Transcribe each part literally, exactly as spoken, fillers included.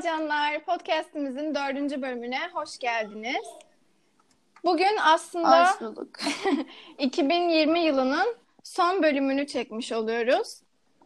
Canlar, podcastimizin dördüncü bölümüne hoş geldiniz. Bugün aslında Hoş bulduk. iki bin yirmi yılının son bölümünü çekmiş oluyoruz.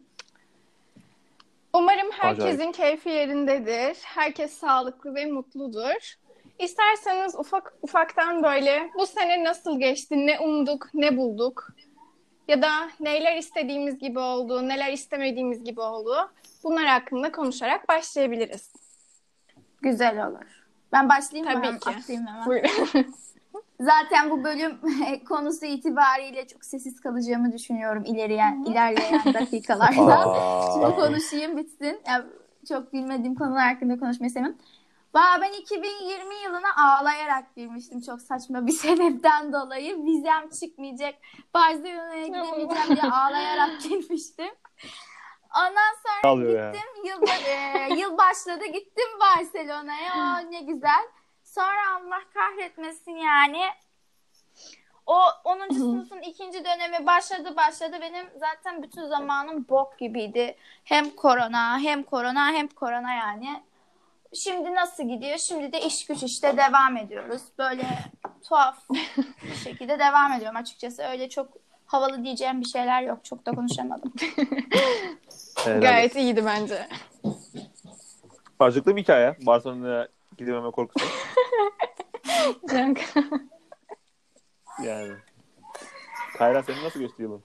Umarım herkesin Acayip. keyfi yerindedir. Herkes sağlıklı ve mutludur. İsterseniz ufak ufaktan böyle bu sene nasıl geçti, ne umduk, ne bulduk ya da neler istediğimiz gibi oldu, neler istemediğimiz gibi oldu. Bunlar hakkında konuşarak başlayabiliriz. Güzel olur. Ben başlayayım mı? Tabii Hemen ki. atlayayım hemen. Buyurun. Zaten bu bölüm konusu itibariyle çok sessiz kalacağımı düşünüyorum ilerleyen, ilerleyen dakikalarda. Aa. Şimdi konuşayım bitsin. Ya, çok bilmediğim konular hakkında konuşmayı sevmem. Valla ben iki bin yirmi yılına ağlayarak girmiştim çok saçma bir sebepten dolayı. Vizem çıkmayacak, Barcelona'ya gidemeyeceğim diye ağlayarak girmiştim. Ondan sonra Alıyor ya. gittim, yıl, e, yıl başladı gittim Barcelona'ya. Aa, ne güzel. Sonra Allah kahretmesin yani. O onuncu sınıfın ikinci dönemi başladı başladı. Benim zaten bütün zamanım bok gibiydi. Hem korona hem korona hem korona yani. Şimdi nasıl gidiyor? Şimdi de iş güç işte devam ediyoruz. Böyle tuhaf bir şekilde devam ediyorum açıkçası. Öyle çok havalı diyeceğim bir şeyler yok. Çok da konuşamadım. Gayet iyiydi bence. Acıklı bir hikaye. Barcelona'ya gidememe korkusu. Canka. Yani. Kayra senin nasıl geçti yılın?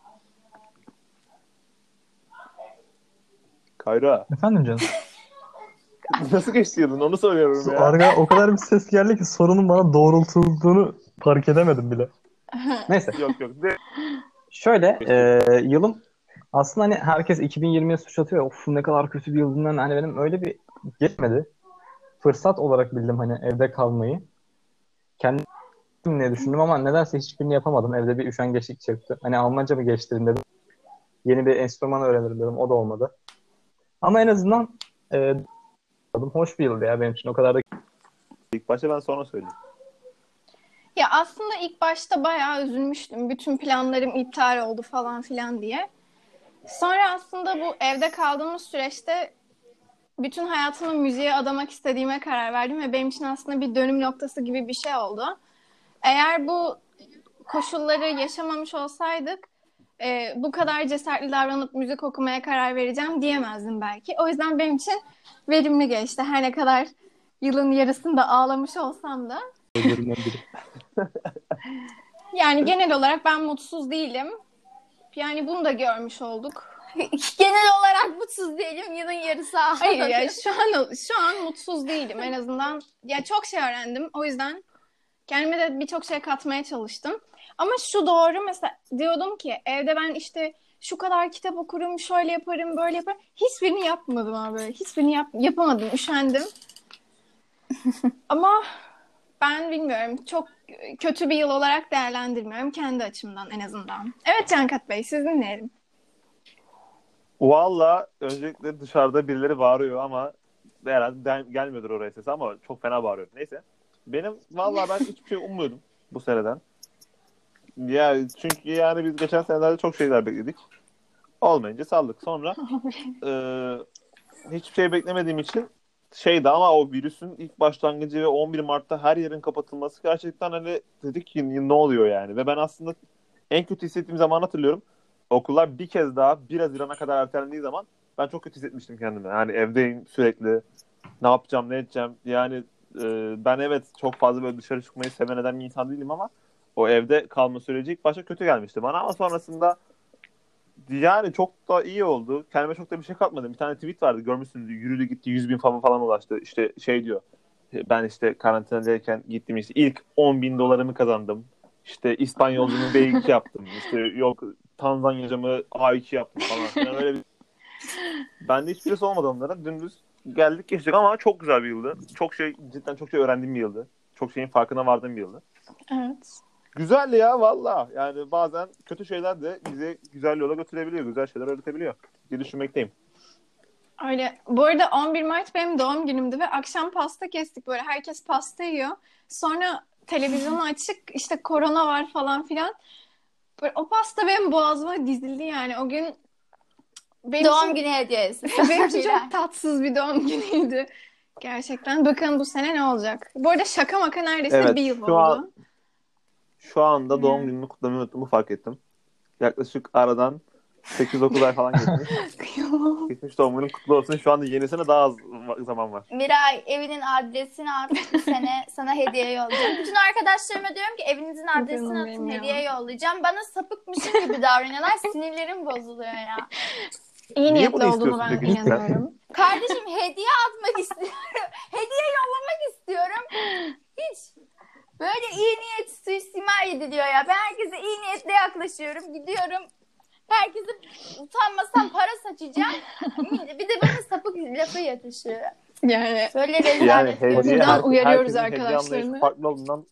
Kayra. Efendim canım. Nasıl geçti yılın? Onu soruyorum ya. Arka o kadar bir ses geldi ki sorunun bana doğrultulduğunu fark edemedim bile. Neyse. Yok yok. De- Şöyle e, yılım aslında hani herkes iki bin yirmiye suç atıyor. Of ne kadar kötü bir yıldan hani benim öyle bir geçmedi. Fırsat olarak bildim hani evde kalmayı. Kendim ne düşündüm ama nedense hiçbirini yapamadım. Evde bir üşengeçlik çıktı. Hani Almanca mı geçtireyim dedim. Yeni bir enstrüman öğrenirim dedim. O da olmadı. Ama en azından e, hoş bir yıldı ya benim için. O kadar da İlk başta ben sonra söyleyeyim. Ya aslında ilk başta bayağı üzülmüştüm. Bütün planlarım iptal oldu falan filan diye. Sonra aslında bu evde kaldığımız süreçte bütün hayatımı müziğe adamak istediğime karar verdim ve benim için aslında bir dönüm noktası gibi bir şey oldu. Eğer bu koşulları yaşamamış olsaydık e, bu kadar cesaretli davranıp müzik okumaya karar vereceğim diyemezdim belki. O yüzden benim için verimli geçti. Her ne kadar yılın yarısında ağlamış olsam da. Yani genel olarak ben mutsuz değilim. Yani bunu da görmüş olduk. Genel olarak mutsuz değilim. Yılın yarısı ağladım. Hayır ya şu an şu an mutsuz değilim en azından. Ya çok şey öğrendim. O yüzden kendime de birçok şey katmaya çalıştım. Ama şu doğru mesela diyordum ki evde ben işte şu kadar kitap okurum, şöyle yaparım, böyle yaparım. Hiçbirini yapmadım abi. Hiçbirini yap yapamadım, üşendim. Ama ben bilmiyorum. Çok kötü bir yıl olarak değerlendirmiyorum kendi açımdan en azından. Evet Cankat Bey, siz dinleyelim. Valla öncelikle dışarıda birileri bağırıyor ama herhalde den- gelmiyordur oraya ses ama çok fena bağırıyor. Neyse. Benim valla ben hiçbir şey ummuyordum bu seneden. Ya çünkü yani biz geçen senelerde çok şeyler bekledik. Olmayınca saldık. Sonra e, hiçbir şey beklemediğim için şeydi ama o virüsün ilk başlangıcı ve on bir Mart'ta her yerin kapatılması gerçekten hani dedik ki ne oluyor yani. Ve ben aslında en kötü hissettiğim zamanı hatırlıyorum. Okullar bir kez daha bir Haziran'a kadar ertelendiği zaman ben çok kötü hissetmiştim kendimi. Yani evdeyim sürekli. Ne yapacağım, ne edeceğim? Yani e, ben evet çok fazla böyle dışarı çıkmayı seven eden bir insan değilim ama o evde kalma süreci ilk başta kötü gelmişti bana ama sonrasında yani çok da iyi oldu. Kendime çok da bir şey katmadım. Bir tane tweet vardı görmüşsünüz. Yürüdü gitti yüz bin falan falan ulaştı. İşte şey diyor. Ben işte karantinadayken gittim işte ilk on bin dolarımı kazandım. İşte İspanyolcumu B iki yaptım. İşte yok Tanzanyacımı A iki yaptım falan. Yani öyle bir... Bende hiçbirisi olmadı onlara. Dümdüz geldik geçtik ama çok güzel bir yıldı. Çok şey cidden çok şey öğrendiğim bir yıldı. Çok şeyin farkına vardığım bir yıldı. Evet. Güzel ya valla. Yani bazen kötü şeyler de bizi güzel yola götürebiliyor. Güzel şeyler öğretebiliyor diye düşünmekteyim. Öyle. Bu arada on bir Mart benim doğum günümdü ve akşam pasta kestik böyle. Herkes pasta yiyor. Sonra televizyonu açık işte korona var falan filan. Böyle, o pasta benim boğazıma dizildi yani. O gün benim Doğum için, günü hediyesi. benim için çok tatsız bir doğum günüydü. Gerçekten. Bakalım bu sene ne olacak? Bu arada şaka maka neredeyse Evet, bir yıl şu oldu. an şu anda doğum Hmm. günümü kutlamayı unuttuğumu fark ettim. Yaklaşık aradan sekiz dokuz ay falan geçmiş. Kıyamam. Geçmiş doğum günün kutlu olsun. Şu anda yenisine daha az va- zaman var. Miray, evinin adresini at. Bu sene sana hediye yollayacağım. Bütün arkadaşlarıma diyorum ki evinizin adresini Canım atın, benim ya. hediye yollayacağım. Bana sapıkmışım gibi davranıyorlar. Sinirlerim bozuluyor ya. İyi Niye niyetli bunu olduğunu istiyorsun ben peki sen? inanıyorum. Kardeşim hediye atmak istiyorum. Hediye yollamak istiyorum. Hiç. Böyle iyi niyet suistimal ediliyor ya. Ben herkese iyi niyetle yaklaşıyorum. Gidiyorum. Herkese utanmasam para saçacağım. Bir de bana sapık lafı yatışıyor. Yani Böyle Yani rezalet hediye, görüyorum. Buradan her, uyarıyoruz herkesin hediye anlayışı arkadaşlarını. farklı olduğundan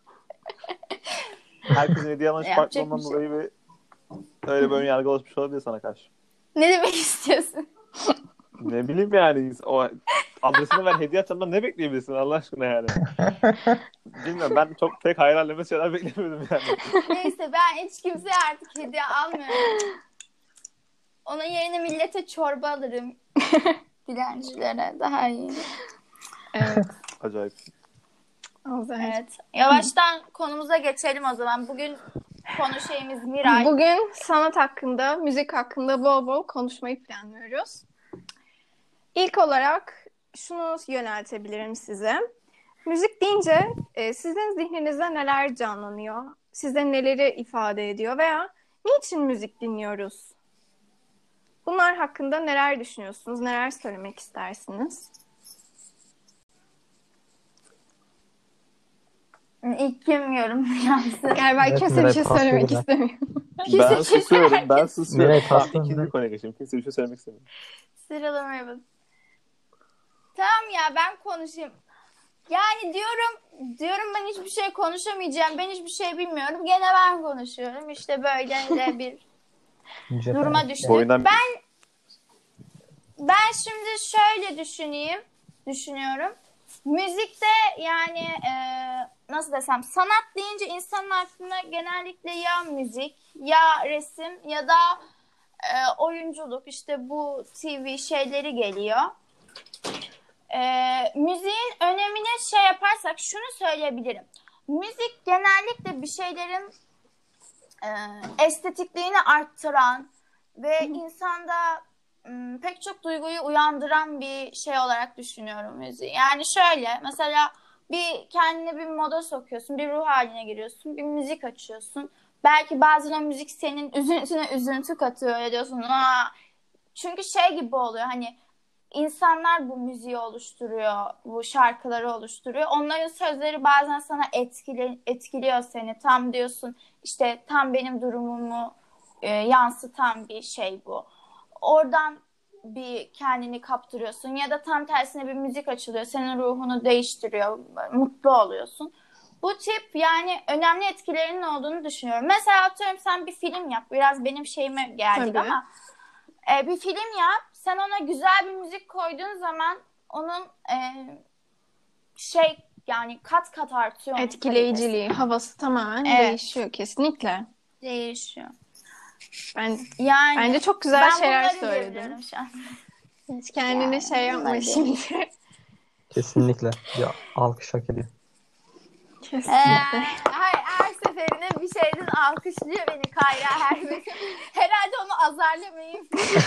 herkesin hediye anlayışı farklı Yapacak bir olduğundan şey. dolayı bir öyle bir ön yargı oluşmuş olabilir sana karşı. Ne demek istiyorsun? Ne bileyim yani o adresini ver hediye atacağımdan ne bekleyebilirsin Allah aşkına yani. Bilmiyorum ben çok pek hayranleme şeyler beklemiyordum yani. Neyse ben hiç kimseye artık hediye almıyorum. Onun yerine millete çorba alırım. Dilencilere daha iyi. evet. Acayip. Azar. Evet. Yavaştan konumuza geçelim o zaman. Bugün konu şeyimiz Miray. Bugün sanat hakkında, müzik hakkında bol bol konuşmayı planlıyoruz. İlk olarak şunu yöneltebilirim size. Müzik deyince e, sizin zihninizde neler canlanıyor? Size neleri ifade ediyor veya niçin müzik dinliyoruz? Bunlar hakkında neler düşünüyorsunuz? Neler söylemek istersiniz? İlk kim yorum yapsın? Galiba Evet, kimse bir Miray şey pastayı söylemek ver. istemiyor. Ben susuyorum ben susuyorum. Miray Tamam kastın ikinci ne? konuya geçeyim. Kimse bir şey söylemek istemiyor. Sıralamaya bak. Tamam ya ben konuşayım. Yani diyorum diyorum ben hiçbir şey konuşamayacağım. Ben hiçbir şey bilmiyorum. Gene ben konuşuyorum. İşte böyle de bir Cephe. duruma düştük. Boyundan Ben ben şimdi şöyle düşüneyim. Düşünüyorum. Müzikte yani e, nasıl desem sanat deyince insanın aklına genellikle ya müzik ya resim ya da e, oyunculuk işte bu T V şeyleri geliyor. E, müziğin önemine şey yaparsak şunu söyleyebilirim. Müzik genellikle bir şeylerin e, estetikliğini arttıran ve insanda m, pek çok duyguyu uyandıran bir şey olarak düşünüyorum müziği. Yani şöyle mesela bir kendini bir moda sokuyorsun, bir ruh haline giriyorsun, bir müzik açıyorsun. Belki bazen o müzik senin üzüntüne üzüntü katıyor. Öyle diyorsun. Aa! Çünkü şey gibi oluyor hani insanlar bu müziği oluşturuyor, bu şarkıları oluşturuyor. Onların sözleri bazen sana etkili, etkiliyor seni. Tam diyorsun işte tam benim durumumu e, yansıtan bir şey bu. Oradan bir kendini kaptırıyorsun ya da tam tersine bir müzik açılıyor. Senin ruhunu değiştiriyor, mutlu oluyorsun. Bu tip yani önemli etkilerinin olduğunu düşünüyorum. Mesela atıyorum sen bir film yap. Biraz benim şeyime geldik Tabii. ama e, bir film yap. Sen ona güzel bir müzik koyduğun zaman onun e, şey yani kat kat artıyor. onun Etkileyiciliği, havası tamamen Evet. değişiyor kesinlikle. kalitesi. Değişiyor. Ben Yani bence çok güzel ben şeyler bunları söyledin. diyebiliyorum şu an. Hiç kendine Yani şey yapma bunları şimdi. Kesinlikle. Bir alkış hak ediyor. Ee, Kesinlikle. her, her seferinde bir şeyden alkışlıyor beni Kayra her bölüm. Herhalde onu azarlamayayım.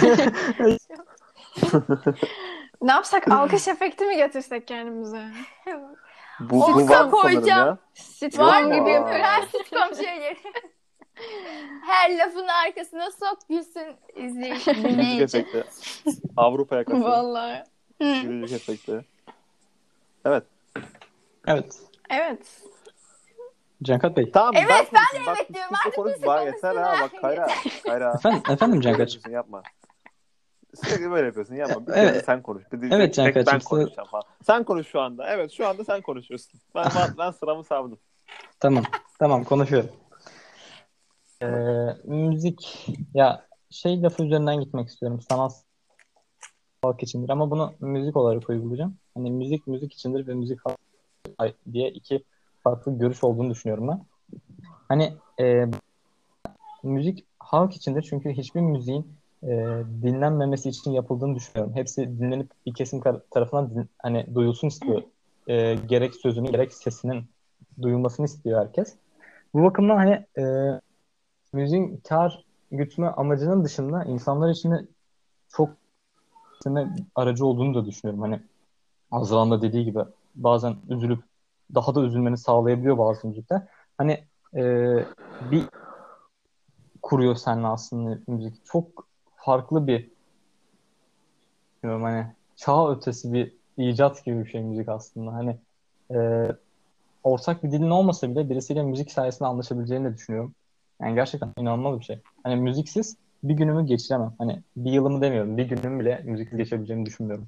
Ne yapsak? Alkış efekti mi getirsek kendimize? bu, bu Orta var sanırım koyacağım. ya. Sitcom Var gibi mı? yapıyoruz. Ben sitcom şeyleri. Her lafın arkasına sok gülsün izleyici, Gülücük dinleyici. efekti. Avrupa yakası. Vallahi. Hı. Gülücük efekti. Evet. Evet. Evet. Cankat Bey. Tamam Evet, ben, ben de bak, evet diyorum. kimse Artık konuş- birisi bak, yeter ha konuşsun bak Kayra. Kayra. Efendim, efendim Böyle Cankat. yapıyorsun, yapma. Sürekli böyle yapıyorsun yapma. Bir Evet. kere de sen konuş. Bir de Evet tek Cankat'cığım, ben size- konuşacağım falan. Sen konuş şu anda. Evet şu anda sen konuşuyorsun. Ben, ben, ben sıramı savdım. Tamam. Tamam konuşuyorum. Ee, müzik ya şey lafı üzerinden gitmek istiyorum. Sanat halk içindir ama bunu müzik olarak uygulayacağım. Hani müzik müzik içindir ve müzik halk diye iki farklı görüş olduğunu düşünüyorum ben. Hani e, müzik halk içindir çünkü hiçbir müziğin e, dinlenmemesi için yapıldığını düşünüyorum. Hepsi dinlenip bir kesim kar- tarafından din- hani duyulsun istiyor. E, gerek sözünün gerek sesinin duyulmasını istiyor herkes. Bu bakımdan hani e, müziğin kar gütme amacının dışında insanlar için de çok aracı olduğunu da düşünüyorum. Hani Azra'nın da dediği gibi bazen üzülüp daha da üzülmeni sağlayabiliyor bazı müzikler. Hani e, bir kuruyor seninle aslında müzik. Çok farklı bir bilmiyorum hani çağ ötesi bir icat gibi bir şey müzik aslında. Hani e, ortak bir dilin olmasa bile birisiyle müzik sayesinde anlaşabileceğini de düşünüyorum. Yani gerçekten inanılmaz bir şey. Hani müziksiz bir günümü geçiremem. Hani bir yılımı demiyorum. Bir günümü bile müziksiz geçirebileceğimi düşünmüyorum.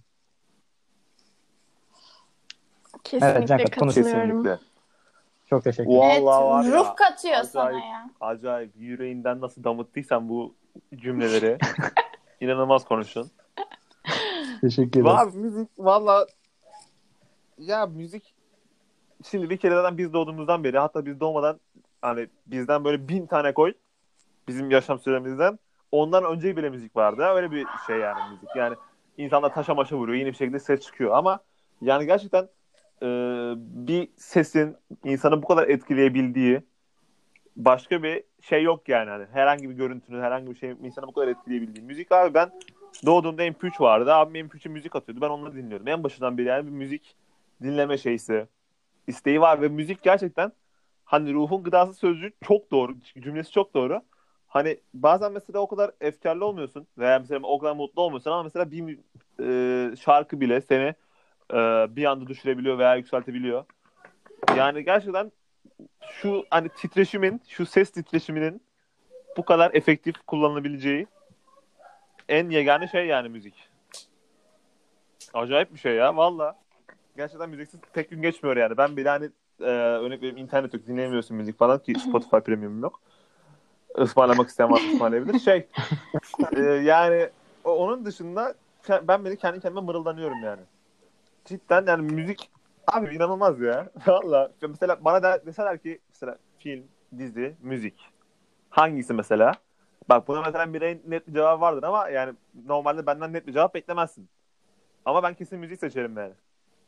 Evet Kesinlikle Cankat konuş. katılıyorum. Kesinlikle. Çok teşekkür ederim. Evet, Vallahi var ruh ya, katıyor sana acayip ya. acayip yüreğinden nasıl damıttıysan bu cümleleri inanılmaz konuştun. Teşekkür ederim. Abi müzik valla ya müzik şimdi bir kere zaten biz doğduğumuzdan beri hatta biz doğmadan hani bizden böyle bin tane koy bizim yaşam süremizden ondan önce bile müzik vardı. Öyle bir şey yani müzik. Yani insanlar taşa maşa vuruyor yeni bir şekilde ses çıkıyor ama yani gerçekten e, bir sesin insanı bu kadar etkileyebildiği başka bir şey yok yani. Hani herhangi bir görüntünün, herhangi bir şey insanı bu kadar etkileyebildiği. Müzik abi ben doğduğumda M P üç vardı. Abim M P üç'e müzik atıyordu. Ben onları dinliyordum. En başından beri yani bir müzik dinleme şeysi, isteği var ve müzik gerçekten hani ruhun gıdası sözcüğü çok doğru. Cümlesi çok doğru. Hani bazen mesela o kadar efkarlı olmuyorsun veya mesela o kadar mutlu olmuyorsun ama mesela bir e, şarkı bile seni e, bir anda düşürebiliyor veya yükseltebiliyor. Yani gerçekten şu hani titreşimin, şu ses titreşiminin bu kadar efektif kullanılabileceği en yegane şey yani müzik. Acayip bir şey ya valla. Gerçekten müziksiz tek gün geçmiyor yani. Ben bile hani e, örnek vereyim internet yok dinleyemiyorsun müzik falan ki Spotify Premium yok. Ismarlamak isteyen varsa ısmarlayabilir. Şey e, yani o- onun dışında ke- ben bile kendi kendime mırıldanıyorum yani. Cidden yani müzik abi inanılmaz ya. Valla. Mesela bana da deseler ki mesela film, dizi, müzik. Hangisi mesela? Bak buna mesela bir net bir cevap vardır ama yani normalde benden net bir cevap beklemezsin. Ama ben kesin müzik seçerim yani.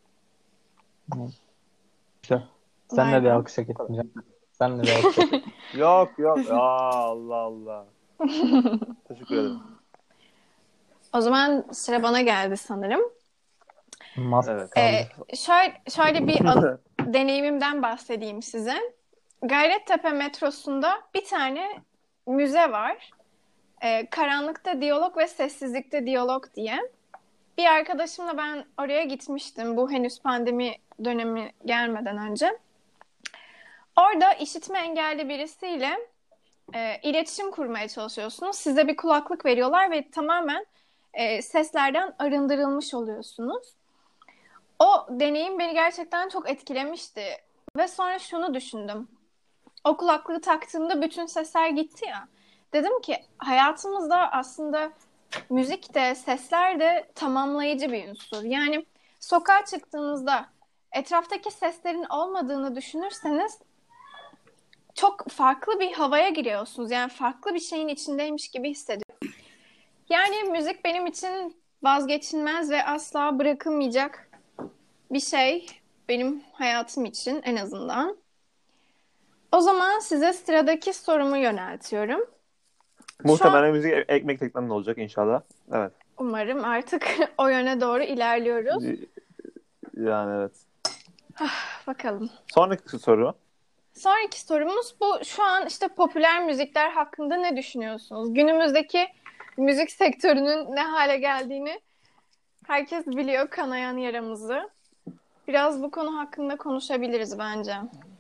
Güzel. Vay Senle bir be. alkış hak etmeyeceğim. Senle bir alkış hak etmeyeceğim. Yok yok. Aa, Allah Allah. Teşekkür ederim. O zaman sıra bana geldi sanırım. Maske Evet. Ee, kaldı. şöyle, şöyle bir an- deneyimimden bahsedeyim size. Gayrettepe metrosunda bir tane müze var. Ee, karanlıkta diyalog ve sessizlikte diyalog diye. Bir arkadaşımla ben oraya gitmiştim. Bu henüz pandemi dönemi gelmeden önce. Orada işitme engelli birisiyle e, iletişim kurmaya çalışıyorsunuz. Size bir kulaklık veriyorlar ve tamamen e, seslerden arındırılmış oluyorsunuz. O deneyim beni gerçekten çok etkilemişti. Ve sonra şunu düşündüm. O kulaklığı taktığımda bütün sesler gitti ya. Dedim ki hayatımızda aslında müzik de sesler de tamamlayıcı bir unsur. Yani sokağa çıktığınızda etraftaki seslerin olmadığını düşünürseniz çok farklı bir havaya giriyorsunuz. Yani farklı bir şeyin içindeymiş gibi hissediyorum. Yani müzik benim için vazgeçilmez ve asla bırakılmayacak bir şey. Benim hayatım için en azından. O zaman size sıradaki sorumu yöneltiyorum. Şu an Muhtemelen müzik e- ekmek teknemde olacak inşallah. Evet. umarım artık o yöne doğru ilerliyoruz. Yani evet. Bakalım. Sonraki soru. Sonraki sorumuz bu. Şu an işte popüler müzikler hakkında ne düşünüyorsunuz? Günümüzdeki müzik sektörünün ne hale geldiğini herkes biliyor, kanayan yaramızı. Biraz bu konu hakkında konuşabiliriz bence.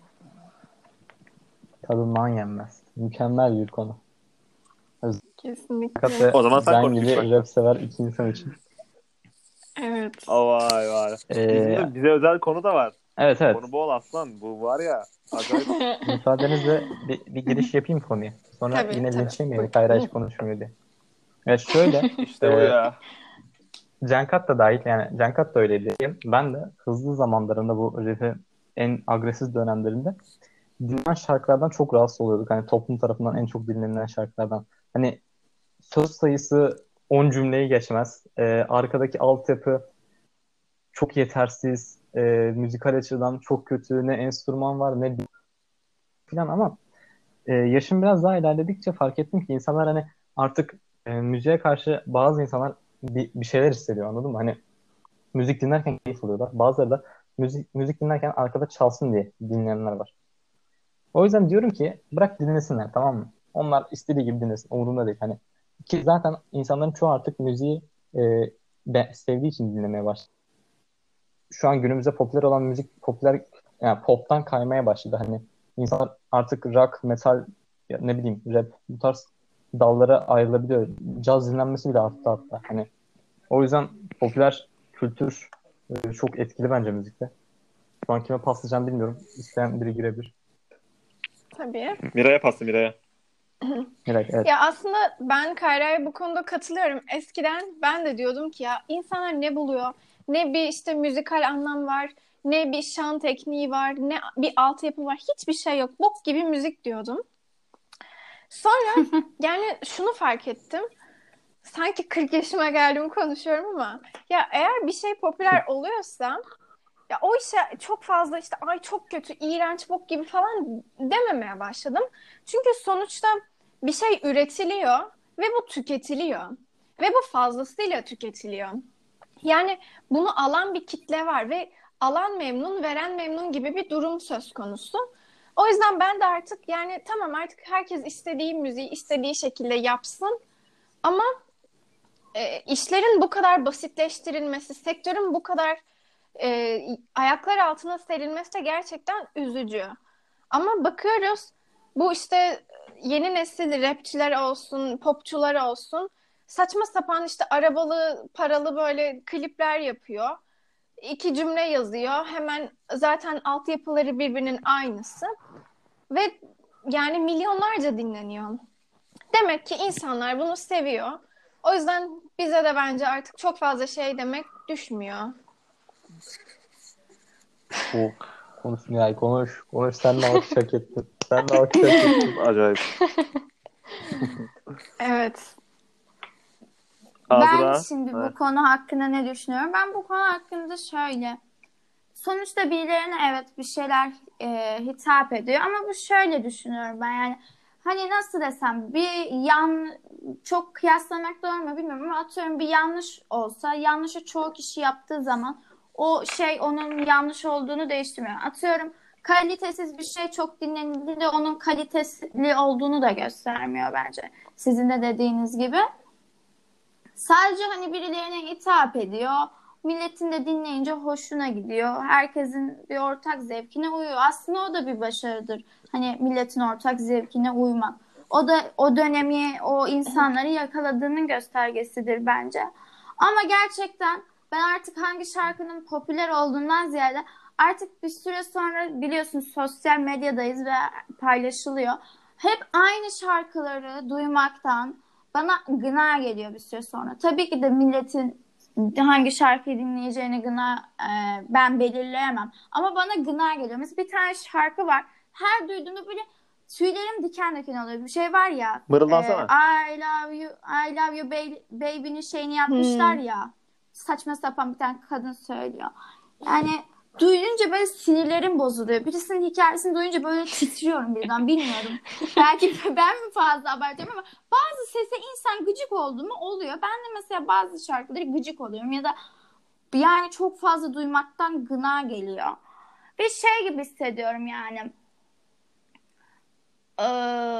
Tadından yenmez. Mükemmel bir konu. Fakat Kesinlikle. ve O zaman sen ben konuş ilk gibi başta. rap sever iki insan için. Evet. Aa, vay vay. Bizim Ee, de bize özel konu da var. evet evet. Konu bol aslan. Bu var ya. Acayip. Müsaadenizle bir, bir giriş yapayım konuya. Sonra Tabii, yine tabii. linçlemeyelim. Buyurun. Hayır hiç konuşmuyor diye. Evet şöyle. İşte bu e, ya. Cankat da dahil yani Cankat da öyleydi. Ben de hızlı zamanlarında bu rap'in en agresif dönemlerinde dinlenen şarkılardan çok rahatsız oluyorduk. Hani toplum tarafından en çok dinlenilen şarkılardan. Hani söz sayısı on cümleyi geçmez. Ee, arkadaki altyapı çok yetersiz. Ee, müzikal açıdan çok kötü. Ne enstrüman var ne falan ama e, yaşım biraz daha ilerledikçe fark ettim ki insanlar hani artık e, müziğe karşı bazı insanlar bir, bir şeyler hissediyor, anladın mı? Hani müzik dinlerken keyif alıyorlar. Bazıları da müzik, müzik dinlerken arkada çalsın diye dinleyenler var. O yüzden diyorum ki bırak dinlesinler, tamam mı? Onlar istediği gibi dinlesin. Umurumda değil. Hani ki zaten insanların çoğu artık müziği e, de, sevdiği için dinlemeye başladı. Şu an günümüzde popüler olan müzik popüler, yani pop'tan kaymaya başladı. Hani insanlar artık rock, metal, ya ne bileyim rap, bu tarz dallara ayrılabiliyor. Caz dinlenmesi bile arttı hatta. Hani o yüzden popüler kültür e, çok etkili bence müzikte. Şu an kime paslayacağım bilmiyorum. İsteyen biri girebilir. Tabii. Miray'a pastı Miray'a. Miray, evet. Ya aslında ben Kayra'ya bu konuda katılıyorum. Eskiden ben de diyordum ki ya insanlar ne buluyor? Ne bir işte müzikal anlam var, ne bir şan tekniği var, ne bir altyapı var. Hiçbir şey yok. Bok gibi müzik diyordum. Sonra yani şunu fark ettim. Sanki kırk yaşıma geldim konuşuyorum ama ya eğer bir şey popüler oluyorsa ya o işe çok fazla işte ay çok kötü, iğrenç, bok gibi falan dememeye başladım. Çünkü sonuçta bir şey üretiliyor ve bu tüketiliyor. Ve bu fazlasıyla tüketiliyor. Yani bunu alan bir kitle var ve alan memnun, veren memnun gibi bir durum söz konusu. O yüzden ben de artık yani tamam artık herkes istediği müziği istediği şekilde yapsın ama e, işlerin bu kadar basitleştirilmesi, sektörün bu kadar e, ayaklar altına serilmesi de gerçekten üzücü. Ama bakıyoruz bu işte yeni nesil rapçiler olsun, popçular olsun saçma sapan işte arabalı, paralı böyle klipler yapıyor. İki cümle yazıyor. Hemen zaten altyapıları birbirinin aynısı. Ve yani milyonlarca dinleniyor. Demek ki insanlar bunu seviyor. O yüzden bize de bence artık çok fazla şey demek düşmüyor. Bu konuş Miray, konuş. Konuş, sen de alkış hak ettin. Sen de alkış hak ettin. Acayip. Evet. Ben Azra. şimdi bu Evet. konu hakkında ne düşünüyorum? Ben bu konu hakkında şöyle. Sonuçta birilerine evet bir şeyler e, hitap ediyor ama bu şöyle düşünüyorum ben yani hani nasıl desem bir yan çok kıyaslamak doğru mu bilmiyorum ama atıyorum bir yanlış olsa yanlışı çoğu kişi yaptığı zaman o şey onun yanlış olduğunu değiştirmiyor. Atıyorum kalitesiz bir şey çok dinlenildiğinde onun kaliteli olduğunu da göstermiyor bence. Sizin de dediğiniz gibi. Sadece hani birilerine hitap ediyor. Milletin de dinleyince hoşuna gidiyor. Herkesin bir ortak zevkine uyuyor. Aslında o da bir başarıdır. Hani milletin ortak zevkine uymak. O da o dönemi, o insanları yakaladığının göstergesidir bence. Ama gerçekten ben artık hangi şarkının popüler olduğundan ziyade artık bir süre sonra biliyorsunuz sosyal medyadayız ve paylaşılıyor. Hep aynı şarkıları duymaktan bana gına geliyor bir süre sonra. Tabii ki de milletin hangi şarkıyı dinleyeceğini gına e, ben belirleyemem. Ama bana gına geliyor. Mesela bir tane şarkı var. Her duyduğumda böyle tüylerim diken diken oluyor. Bir şey var ya. Mırıldansana. E, I love you, I love you baby, baby'nin şeyini yapmışlar Hmm. ya. Saçma sapan bir tane kadın söylüyor. Yani duyunca böyle sinirlerim bozuluyor. Birisinin hikayesini duyunca böyle titriyorum birden. Bilmiyorum. Belki ben mi fazla abartıyorum ama bazı sese insan gıcık oldu mu oluyor. Ben de mesela bazı şarkıları gıcık oluyorum ya da yani çok fazla duymaktan gına geliyor. Bir şey gibi hissediyorum yani. Ee,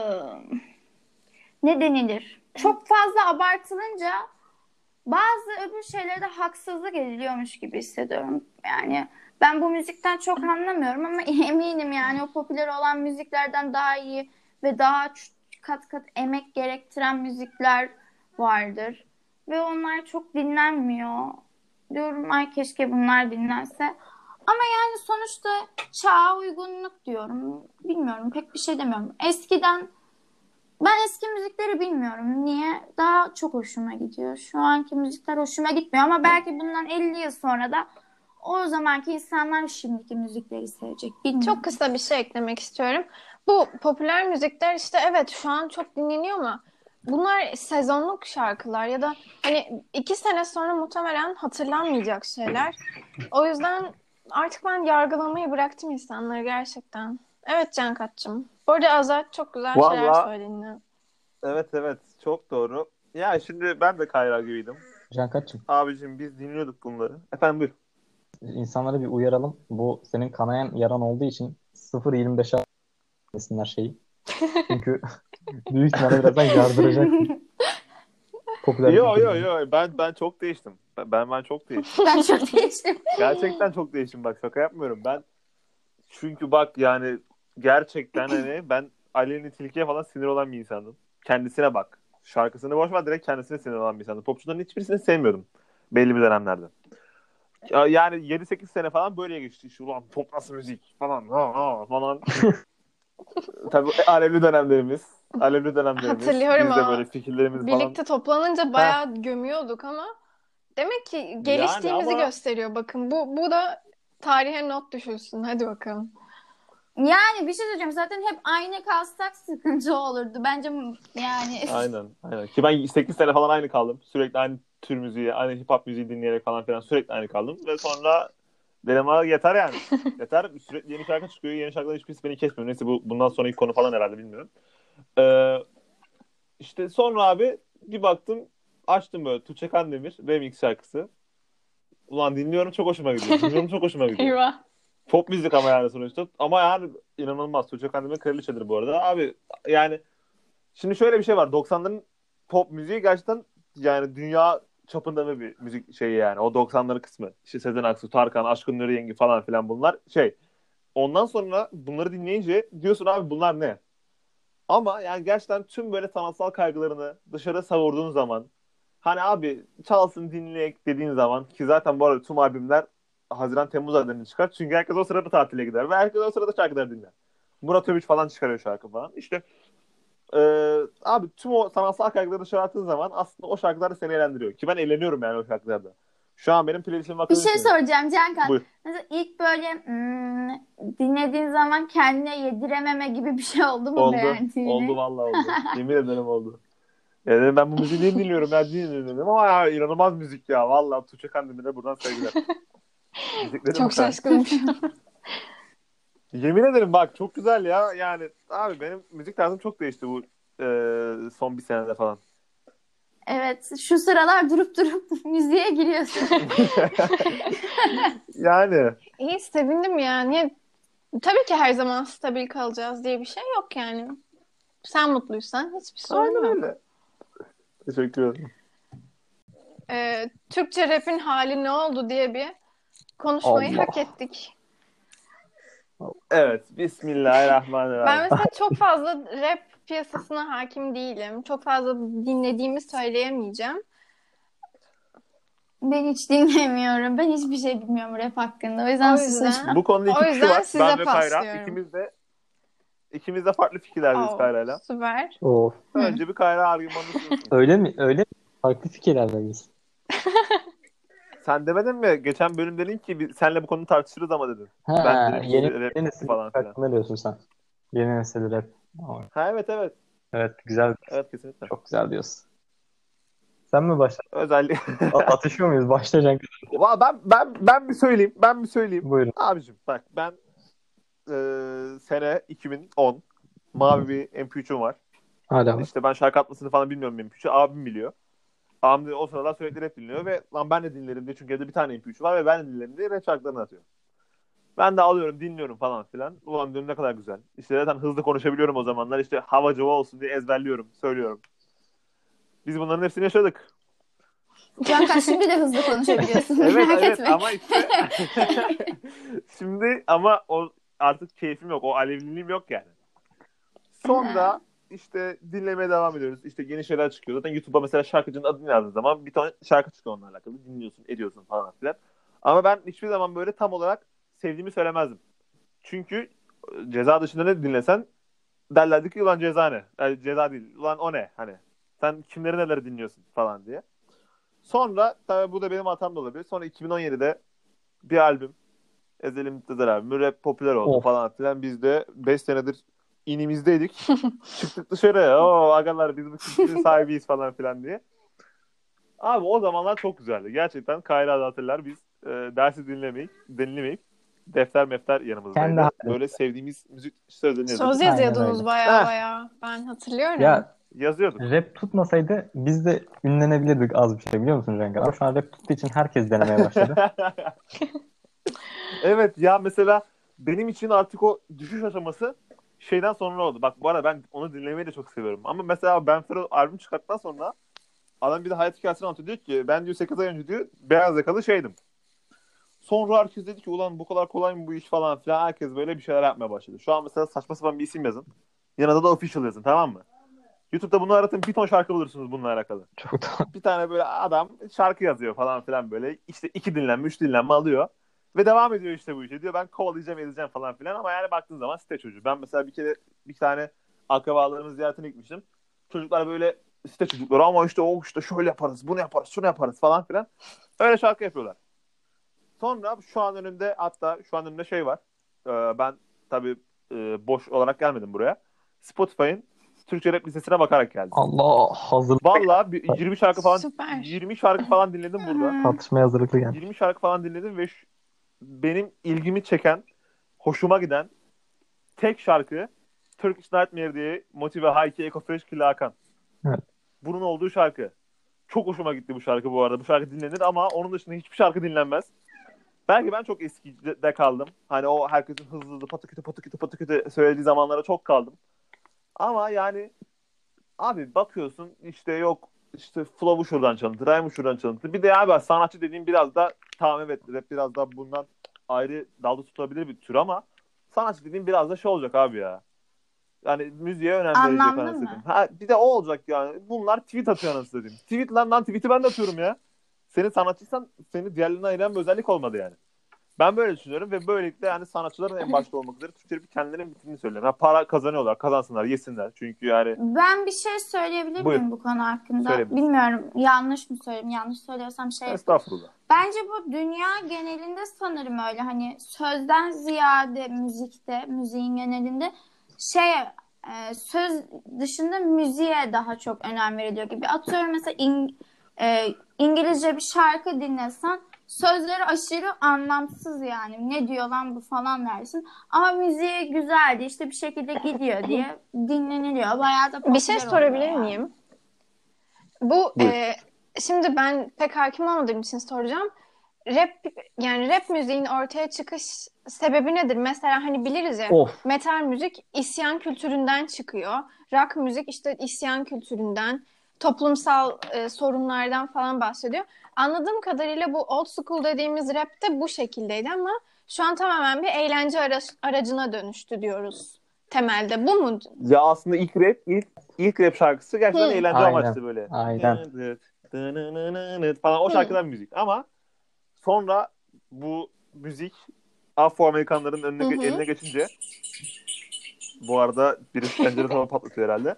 ne denilir? Çok fazla abartılınca bazı öbür şeylere de haksızlık ediliyormuş gibi hissediyorum. Yani ben bu müzikten çok anlamıyorum ama eminim yani o popüler olan müziklerden daha iyi ve daha kat kat emek gerektiren müzikler vardır. Ve onlar çok dinlenmiyor. Diyorum ay keşke bunlar dinlense. Ama yani sonuçta çağa uygunluk diyorum. Bilmiyorum pek bir şey demiyorum. Eskiden ben eski müzikleri bilmiyorum. Niye? Daha çok hoşuma gidiyor. Şu anki müzikler hoşuma gitmiyor ama belki bundan elli yıl sonra da o zamanki insanlar şimdiki müzikleri sevecek. Bilmiyorum. Çok kısa bir şey eklemek istiyorum. Bu popüler müzikler işte evet şu an çok dinleniyor ama bunlar sezonluk şarkılar ya da hani iki sene sonra muhtemelen hatırlanmayacak şeyler. O yüzden artık ben yargılamayı bıraktım insanları gerçekten. Evet Cankat'cığım. Bu arada Azat çok güzel şeyler Valla söyledi. evet evet çok doğru. Ya şimdi ben de Kayra gibiydim. Cankat'cığım, Abicim biz dinliyorduk bunları. Efendim buyur. insanları bir uyaralım. Bu senin kanayan yaran olduğu için sıfır yirmi beşe desinler şeyi. Çünkü büyük ihtimalle birazdan yardıracak. Popüler Yo kültür yo gibi. yo ben ben çok değiştim. Ben ben, ben çok değiştim. Ben çok değiştim. Gerçekten çok değiştim bak şaka yapmıyorum. Ben çünkü bak yani gerçekten hani ben Ali'nin Tilki'ye falan sinir olan bir insandım. Kendisine bak. Şarkısını boş ver direkt kendisine sinir olan bir insandım. Popçuların hiçbirisini sevmiyordum. Belli bir dönemlerde. Ya, yani yedi sekiz sene falan böyle geçti. İşte, ulan pop nasıl müzik falan ha, ha, falan. Tabii alevli dönemlerimiz. Alevli dönemlerimiz. Hatırlıyorum Biz de o. böyle fikirlerimiz Birlikte falan. toplanınca bayağı gömüyorduk ama demek ki Yani geliştiğimizi ama gösteriyor. Bakın bu bu da tarihe not düşülsün. Hadi bakalım. Yani bir şey söyleyeceğim. Zaten hep aynı kalsak sıkıntı olurdu. Bence yani aynen, aynen. Ki ben sekiz sene falan aynı kaldım. Sürekli aynı tür müziği, aynı hip hop müziği dinleyerek falan filan sürekli aynı kaldım. Ve sonra dedim ha yeter yani. Yeter. Sürekli yeni şarkı çıkıyor. Yeni şarkılar hiçbirisi beni kesmiyor. Neyse bu bundan sonraki konu falan herhalde bilmiyorum. Ee, işte sonra abi bir baktım açtım böyle Tuğçe Kandemir remix şarkısı. Ulan dinliyorum çok hoşuma gidiyor. Dinliyorum çok hoşuma gidiyor. Eyvah. Pop müzik ama yani sonuçta. Ama yani inanılmaz. Tuğçe Kandemir kraliçedir bu arada. Abi yani şimdi şöyle bir şey var. doksanların pop müziği gerçekten yani dünya çapında bir müzik şeyi yani. O doksanların kısmı. İşte Sezen Aksu, Tarkan, Aşkın Nuri Yengi falan filan bunlar şey. Ondan sonra bunları dinleyince diyorsun abi bunlar ne? Ama yani gerçekten tüm böyle sanatsal kaygılarını dışarı savurduğun zaman hani abi çalsın dinleyek dediğin zaman ki zaten bu arada tüm albümler Haziran Temmuz aylarında çıkar. Çünkü herkes o sırada tatile gider ve herkes o sırada şarkıları dinler. Murat Övüç falan çıkarıyor şarkı falan. İşte ee, abi tüm o sanatsal kaygıları dışarı attığın zaman aslında o şarkılar da seni eğlendiriyor. Ki ben eğleniyorum yani o şarkılarda. Şu an benim playlistim bir bakın şey soracağım Cankat. Buyur. Mesela ilk böyle hmm, dinlediğin zaman kendine yedirememe gibi bir şey oldu mu Oldu. beğendiğini? Oldu vallahi oldu. Yemin ederim oldu. Ya dedim ben bu müziği niye dinliyorum ya dinliyorum dedim ama ya inanılmaz müzik ya. Vallahi Tuğçe Kandemir'e buradan sevgiler. Müzikleri Çok bu kadar. şaşkınım şu an. Yemin ederim bak çok güzel ya. Yani abi benim müzik tarzım çok değişti bu e, son bir senede falan. Evet, şu sıralar durup durup müziğe giriyorsun. Yani. İyi sevindim yani. Tabii ki her zaman stabil kalacağız diye bir şey yok yani. Sen mutluysan hiçbir sorun Aynen yok. öyle. Teşekkür ederim. Ee, Türkçe rap'in hali ne oldu diye bir konuşmayı Allah. hak ettik. Evet. Bismillahirrahmanirrahim. Ben mesela çok fazla rap piyasasına hakim değilim. Çok fazla dinlediğimi söyleyemeyeceğim. Ben hiç dinlemiyorum. Ben hiçbir şey bilmiyorum rap hakkında. O yüzden O yüzden- susacağım. Bu konuda iki O kişi yüzden var. size Ben ve Kayra. paslıyorum. İkimiz de ikimiz de farklı fikirlerdeyiz Oo, Kayra'yla. süper. Of. Önce bir Kayra argümanını sunsun. Öyle mi? Öyle mi? Farklı fikirlerde miyiz? Sen demedin mi? Geçen bölüm dedin ki biz seninle bu konuyu tartışırız ama dedin. Ha, Ben dedim yeni, rap yeni nesil falan filan. hakkında diyorsun sen. Yeni nesil rap. Ha evet evet. Evet güzel. Evet kesinlikle. Çok güzel diyorsun. Sen mi başladın? Özellikle. A- Atışıyor muyuz? Başlayacak. Valla ben ben ben bir söyleyeyim. Ben bir söyleyeyim. Buyurun. Abicim bak ben e, sene iki bin on mavi bir M P üçüm var. Hala var. İşte ben şarkı atmasını falan bilmiyorum M P üçü. Abim biliyor. Abim de o sıralar sürekli rap dinliyor ve lan ben de dinlerim diye çünkü evde bir tane M P üç var ve ben de dinlerim diye rap şarkılarını atıyor. Ben de alıyorum dinliyorum falan filan. Ulan diyorum ne kadar güzel. İşte zaten hızlı konuşabiliyorum o zamanlar. İşte hava cıva olsun diye ezberliyorum, söylüyorum. Biz bunların hepsini yaşadık. Cankat şimdi de hızlı konuşabiliyorsun. Evet Merak evet etme. ama işte şimdi ama o artık keyfim yok. O alevliliğim yok yani. Sonra işte dinlemeye devam ediyoruz. İşte yeni şeyler çıkıyor. Zaten YouTube'a mesela şarkıcının adını yazdığın zaman bir tane şarkı çıkıyor onunla alakalı. Dinliyorsun, ediyorsun falan filan. Ama ben hiçbir zaman böyle tam olarak sevdiğimi söylemezdim. Çünkü Ceza dışında ne dinlesen derlerdi ki ulan Ceza ne? Yani Ceza değil. Ulan o ne? Hani sen kimleri neleri dinliyorsun falan diye. Sonra tabii bu da benim hatam da olabilir. Sonra iki bin on yedide bir albüm Ezeli Müktezer albümü rap popüler oldu Of. falan filan. Biz de beş senedir inimizdeydik. Çıktık dışarı. Oo agalar biz bu kültürün sahibiyiz falan filan diye. Abi o zamanlar çok güzeldi. Gerçekten Kayra da hatırlar biz e, dersi dinlemeyip, dinlemeyip defter mefter Kendi yanımızdaydı. halinde. Böyle sevdiğimiz müzik sözlerini Söz yazıyorduk. Aynen yazıyordunuz öyle. baya Heh. baya. Ben hatırlıyorum. Ya Yazıyorduk. rap tutmasaydı biz de ünlenebilirdik az bir şey biliyor musun Cenk? Ama şu an rap tuttuğu için herkes denemeye başladı. Evet ya mesela benim için artık o düşüş aşaması şeyden sonra oldu. Bak bu arada ben onu dinlemeyi de çok seviyorum. Ama mesela Ben Fero albüm çıkarttıktan sonra adam bir de hayat hikayesini anlatıyor. Diyor ki ben diyor sekiz ay önce diyor beyaz yakalı şeydim. Sonra herkes dedi ki ulan bu kadar kolay mı bu iş falan filan. Herkes böyle bir şeyler yapmaya başladı. Şu an mesela saçma sapan bir isim yazın. Yanında da official yazın, tamam mı? YouTube'da bunu aratın, bir ton şarkı bulursunuz bununla alakalı. Çok da Bir tane böyle adam şarkı yazıyor falan filan böyle. İşte iki dinlenme, üç dinlenme alıyor. Ve devam ediyor işte bu işe. Diyor ben kovalayacağım, edeceğim falan filan. Ama yani baktığın zaman site çocuğu. Ben mesela bir kere bir tane akrabalarımın ziyaretine gitmiştim. Çocuklar böyle site çocukları ama işte o işte şöyle yaparız, bunu yaparız, şunu yaparız falan filan. Öyle şarkı yapıyorlar. Sonra şu an önümde, hatta şu an önümde şey var. Ee, ben tabii e, boş olarak gelmedim buraya. Spotify'ın Türkçe rap listesine bakarak geldim. Allah hazır Vallahi bir yirmi şarkı falan Süper. yirmi şarkı falan dinledim burada. tartışmaya hazırlıklı geldi. yirmi şarkı falan dinledim ve şu- benim ilgimi çeken, hoşuma giden tek şarkı Turkish Nightmare diye Motive, Hayki, Eko Fresh, Killa Hakan. Evet. Bunun olduğu şarkı. Çok hoşuma gitti bu şarkı bu arada. Bu şarkı dinlenir ama onun dışında hiçbir şarkı dinlenmez. Belki ben çok eskide kaldım. Hani o herkesin hızlı hızlı patı kütü patı kütü patı kütü söylediği zamanlara çok kaldım. Ama yani abi bakıyorsun işte yok işte Flow'u şuradan çalıntı, Rhyme'u şuradan çalıntı. Bir de abi sanatçı dediğim biraz da tamam evet rap biraz daha bundan ayrı dalda tutulabilir bir tür ama sanatçı dediğim biraz da şey olacak abi ya. Yani müziğe önem verecek Anlamlı anasını mı? satayım. Ha, bir de o olacak yani. Bunlar tweet atıyor anasını satayım. Tweet lan lan tweet'i ben de atıyorum ya. Senin sanatçıysan seni diğerlerine ayıran bir özellik olmadı yani. Ben böyle düşünüyorum ve böylelikle yani sanatçıların en başta olmak üzere Türkçe'de bir kendilerinin bitirdiğini söylüyorum. Ha, para kazanıyorlar, kazansınlar, yesinler. Çünkü yani Ben bir şey söyleyebilir Buyur. miyim bu konu hakkında? Söyleyebilirsin. Bilmiyorum yanlış mı söyleyeyim, yanlış söylüyorsam şey yapayım. estağfurullah. Bence bu dünya genelinde sanırım öyle, hani sözden ziyade müzikte, müziğin genelinde şey e, söz dışında müziğe daha çok önem veriliyor gibi. Atıyorum mesela İng- e, İngilizce bir şarkı dinlesen sözleri aşırı anlamsız yani. Ne diyor lan bu falan dersin. Ama müziği güzeldi işte bir şekilde gidiyor diye dinleniliyor. Bayağı da Bir şey popüler sorabilir oluyor yani. miyim? Bu Buyur. e, şimdi ben pek hakim olmadığım için soracağım. Rap yani rap müziğin ortaya çıkış sebebi nedir? Mesela hani biliriz ya Of. metal müzik isyan kültüründen çıkıyor. Rock müzik işte isyan kültüründen, toplumsal e, sorunlardan falan bahsediyor. Anladığım kadarıyla bu old school dediğimiz rap de bu şekildeydi ama şu an tamamen bir eğlence ara- aracına dönüştü diyoruz temelde. Bu mu? Ya aslında ilk rap, ilk, ilk rap şarkısı gerçekten Hı. eğlence Aynen. amaçlı böyle. Aynen. Falan o Hı. şarkıdan müzik. Ama sonra bu müzik Afro-Amerikanların önüne, Hı hı. eline geçince bu arada birisi tencere tava patlatıyor herhalde.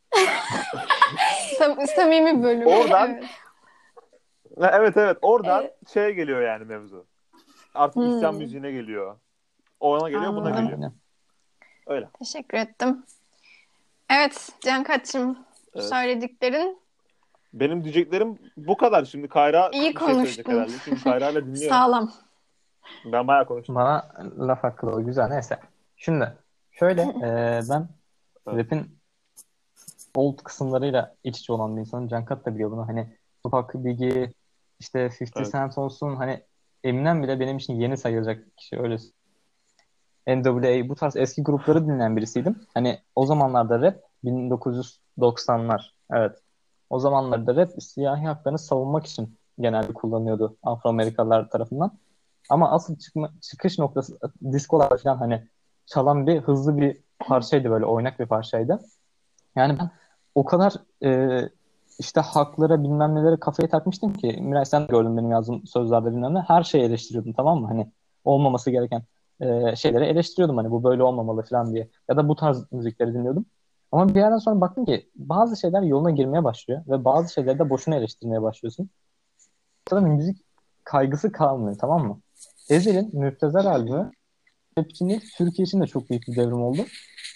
Sam- samimi bölüm. Oradan Evet. Ha, evet evet oradan Evet. şeye geliyor yani mevzu. Artık Hmm. isyan müziğine geliyor. Ona geliyor, buna Anladım. geliyor. Aynen. Öyle. Teşekkür ettim. Evet Cankat'cığım Evet. söylediklerin Benim diyeceklerim bu kadar. Şimdi Kayra İyi bir şey söyleyecek konuştun. herhalde. Çünkü Kayra ile dinliyor. sağlam. Ben bayağı konuştum. Bana laf hakkı da o güzel. Neyse. Şimdi şöyle e, ben Evet. rap'in old kısımlarıyla iç içe olan bir insanım. Cankat da biliyor bunu. Hani Tupac, Biggie, işte elli Evet. Cent olsun. Hani Eminem bile benim için yeni sayılacak kişi öyle. N W A bu tarz eski grupları dinleyen birisiydim. Hani o zamanlarda rap bin dokuz yüz doksanlar. Evet. O zamanlarda rap siyahi haklarını savunmak için genelde kullanıyordu Afro-Amerikalılar tarafından. Ama asıl çıkma, çıkış noktası diskolar falan hani çalan bir hızlı bir parçaydı, böyle oynak bir parçaydı. Yani ben o kadar e, işte haklara bilmem nelere kafayı takmıştım ki Miray sen de gördün benim yazdığım sözlerde bilmem ne, her şeyi eleştiriyordum, tamam mı? Hani olmaması gereken e, şeyleri eleştiriyordum, hani bu böyle olmamalı falan diye. Ya da bu tarz müzikleri dinliyordum. Ama bir yerden sonra baktım ki bazı şeyler yoluna girmeye başlıyor ve bazı şeyleri de boşuna eleştirmeye başlıyorsun. Sonra müzik kaygısı kalmıyor, tamam mı? Ezhel'in Müptezel albümü rap için değil, Türkiye için de çok büyük bir devrim oldu.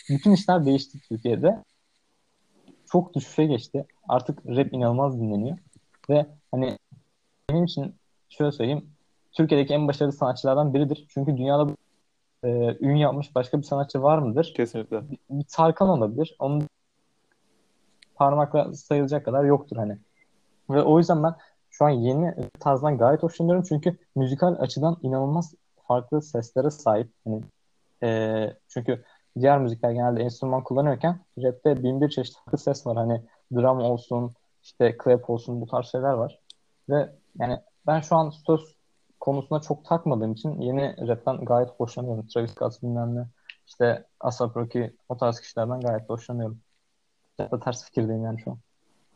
bütün işler değişti Türkiye'de. Çok düşüşe geçti. Artık rap inanılmaz dinleniyor. Ve hani benim için şöyle söyleyeyim. Türkiye'deki en başarılı sanatçılardan biridir. Çünkü dünyada e, ün yapmış başka bir sanatçı var mıdır? Kesinlikle. Bir, bir Tarkan olabilir. Onun parmakla sayılacak kadar yoktur hani. Ve o yüzden ben şu an yeni tarzdan gayet hoşlanıyorum. Çünkü müzikal açıdan inanılmaz farklı seslere sahip. Hani, e, çünkü diğer müzikler genelde enstrüman kullanıyorken rapte bin bir çeşit farklı ses var. Hani drum olsun, işte clap olsun, bu tarz şeyler var. Ve yani ben şu an söz konusuna çok takmadığım için yeni rapten gayet hoşlanıyorum. Travis Scott bilmem ne. İşte A$ap Rocky, o tarz kişilerden gayet hoşlanıyorum. Hatta ters fikirdeyim yani şu an.